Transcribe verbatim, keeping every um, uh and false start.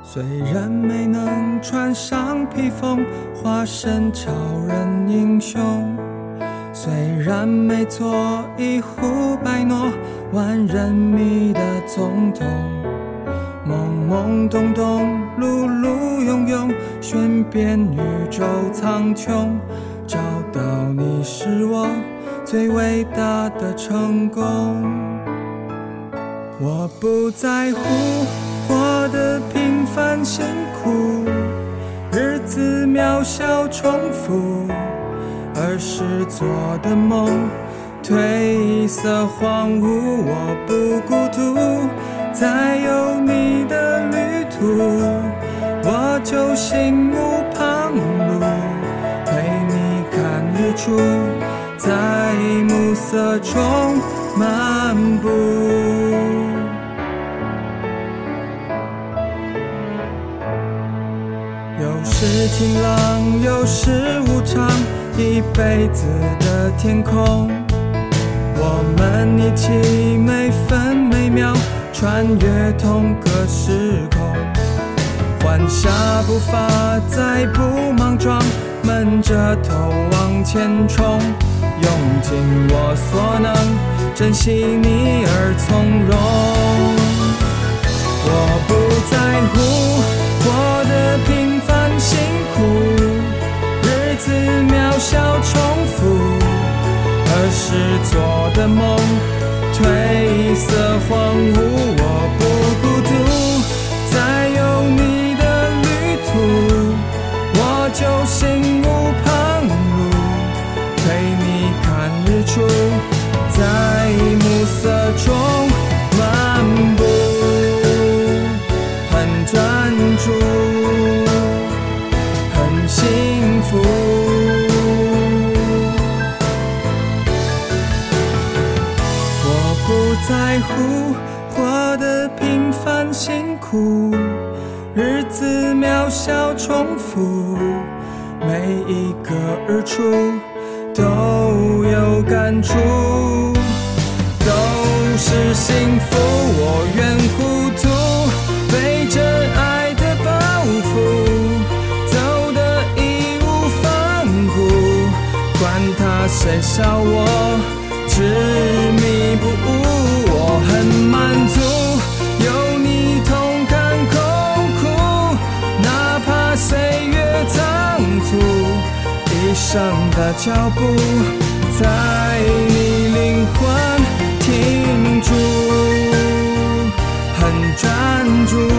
虽然没能穿上披风，化身超人英雄，虽然没做一呼百诺，万人迷的总统，懵懵懂懂，碌碌庸庸，寻遍宇宙苍穹，找到你是我最伟大的成功。我不在乎活得平凡辛苦，日子渺小重复，儿时做的梦褪色荒芜。我不孤独，在有你的旅途，我就心无旁骛，陪你看日出，在暮色中漫步。有时晴朗，有时无常，一辈子的天空，我们一起每分每秒穿越同个时空，缓下步伐，再不莽撞，闷着头往前冲，用尽我所能，珍惜你而从容。我不在乎活得平凡辛苦，日子渺小重复，儿时做的梦褪色荒芜。我不孤独，在有你的旅途，我就心无旁骛，陪你看日出，在暮色中漫步，很专注，很幸福。我不在乎活得平凡辛苦，日子渺小重复，每一个日出都有感触，都是幸福。我愿糊涂，背着爱的包袱，走得义无反顾，管他谁笑我执迷不悟。我很满足，有你同甘共苦，哪怕岁月仓促，一生的脚步在你灵魂停住，很专注，